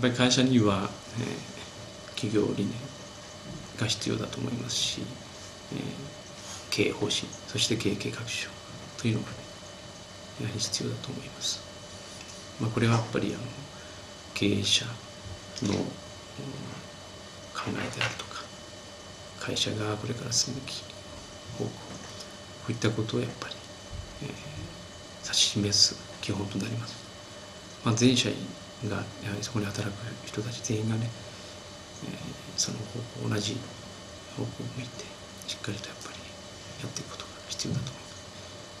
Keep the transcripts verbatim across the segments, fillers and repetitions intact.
ぱり会社には、えー、企業理念が必要だと思いますし、えー、経営方針、そして経営計画書というのが、ね、やはり必要だと思います。まあ、これはやっぱりあの経営者の、うん、考えであるとか、会社がこれから進むべき方向、こういったことをやっぱり、えー、指し示す基本となります。まあ、全社員がやはりそこに働く人たち全員がね、えー、その方向、同じ方向を向いてしっかりとやっぱりやっていくことが必要だと思います。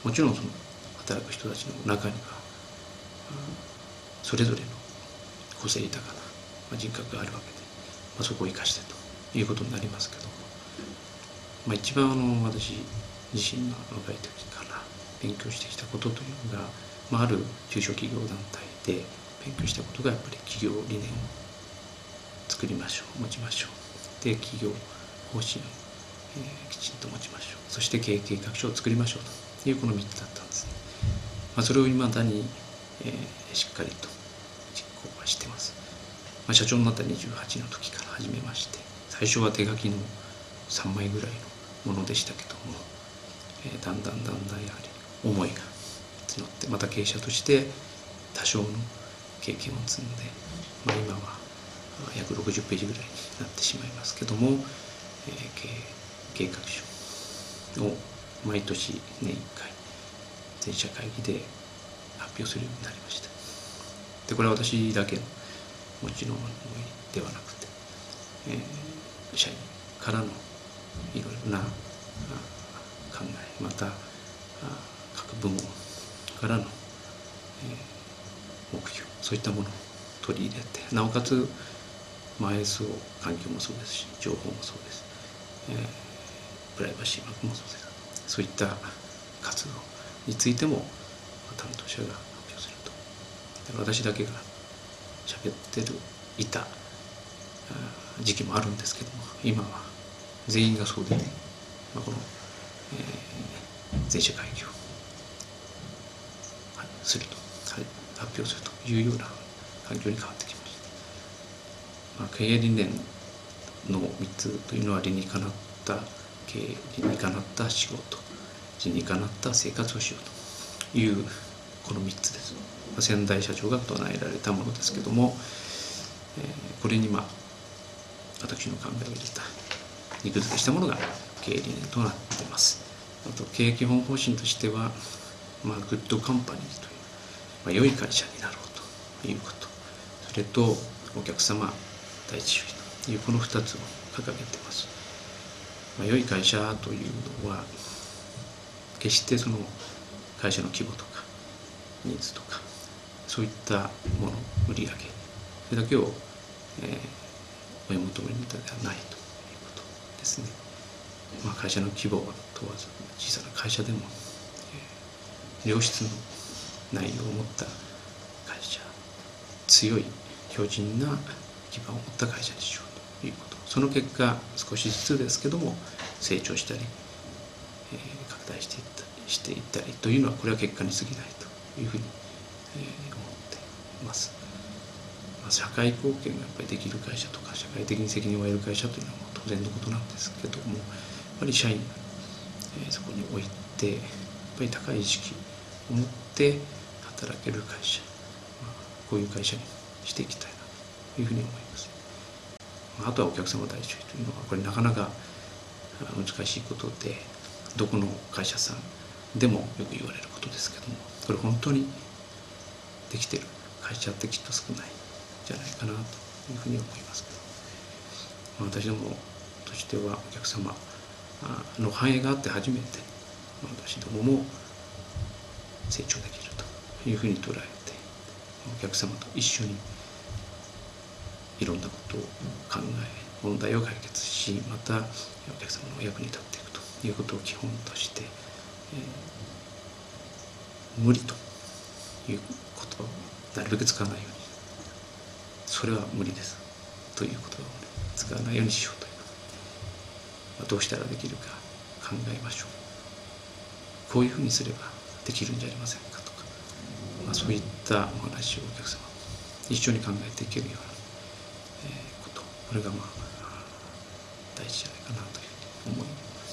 もちろんその働く人たちの中には、それぞれの個性豊かな人格があるわけで、まあ、そこを生かしてということになりますけども、まあ、一番あの私自身が若い時から勉強してきたことというのが、まあ、ある中小企業団体で勉強したことがやっぱり企業理念を作りましょう、持ちましょう。で、企業方針を、えー、きちんと持ちましょう。そして経営計画書を作りましょうというこのみっつだったんですね。まあ、それを未だに、えー、しっかりと実行はしてます。まあ、社長になったにじゅうはちの時から始めまして、最初は手書きのさんまいぐらいのものでしたけども、えー、だんだんだんだんやはり思いが募って、また経営者として多少の経験を積んで、まあ、今は約ろくじゅっページぐらいになってしまいますけども、えー、経営計画書を毎年年いっかい全社会議で発表するようになりました。で、これは私だけのもちろん思いではなくて、えー、社員からのいろいろな考え、また各部門からの、えー、目標、そういったものを取り入れて、なおかつ、まあ、エスオー 環境もそうですし、情報もそうです、えー、プライバシー枠もそうです。そういった活動についても担当者が発表すると。私だけが喋ってるいた時期もあるんですけども、今は全員がそうで、ね、まあ、この、えー、全社会議を、はい、すると、はい、発表するというような環境に変わってきました。まあ、経営理念のみっつというのは、理にかなった経営、理にかなった仕事、理にかなった生活をしようというこのみっつです。先代社長が唱えられたものですけども、えー、これにまあ私の考えを入れた肉付けしたものが経営理念となっています。あと経営基本方針としては、まあ、グッドカンパニーという、まあ、良い会社になろうということ、それとお客様第一主義というこのふたつを掲げています。まあ、良い会社というのは決してその会社の規模とかニーズとかそういったもの、売り上げ、それだけを、えー、追い求めるのではないということですね。まあ、会社の規模は問わず、小さな会社でも、えー、良質の内容を持った会社、強い強靭な基盤を持った会社にしようということ。その結果、少しずつですけども成長したり、えー、拡大していったりしていったりというのは、これは結果に過ぎないというふうに、えー、思っています。まあ、社会貢献がやっぱりできる会社とか、社会的に責任を負える会社というのは当然のことなんですけども、やっぱり社員が、えー、そこに置いて、やっぱり高い意識を持って働ける会社、まあ、こういう会社にしていきたいなというふうに思います。まあ、あとはお客様第一主義というのは、これなかなか難しいことで、どこの会社さんでもよく言われることですけども、これ本当にできている会社ってきっと少ないんじゃないかなというふうに思いますけど、まあ、私どもとしてはお客様の反映があって初めて私どもも成長できるというふうに捉えて、お客様と一緒にいろんなことを考え、問題を解決し、またお客様の役に立っていくということを基本として、えー、無理ということをなるべく使わないように、それは無理ですという言葉を、ね、使わないようにしようという、まあ、どうしたらできるか考えましょう、こういうふうにすればできるんじゃありませんかとか、まあ、そういったお話をお客様一緒に考えていけるようなこれがまあ大事じゃないかなというふうに思います。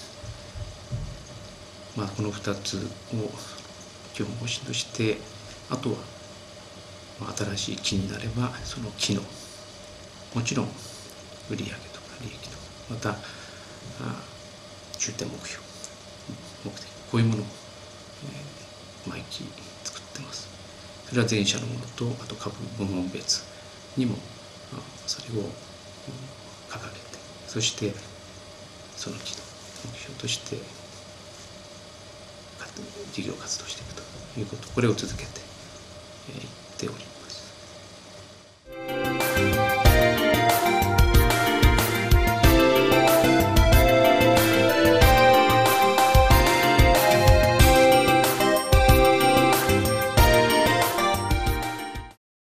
まあこのふたつを基本方針として、あとはまあ新しい木になればその木のもちろん売上とか利益とか、また重点目標目的、こういうものを、えー、毎期作ってます。それは全社のものと、あと株部門別にもそれを掲げて、そしてその期の目標として事業活動していくということ、これを続けて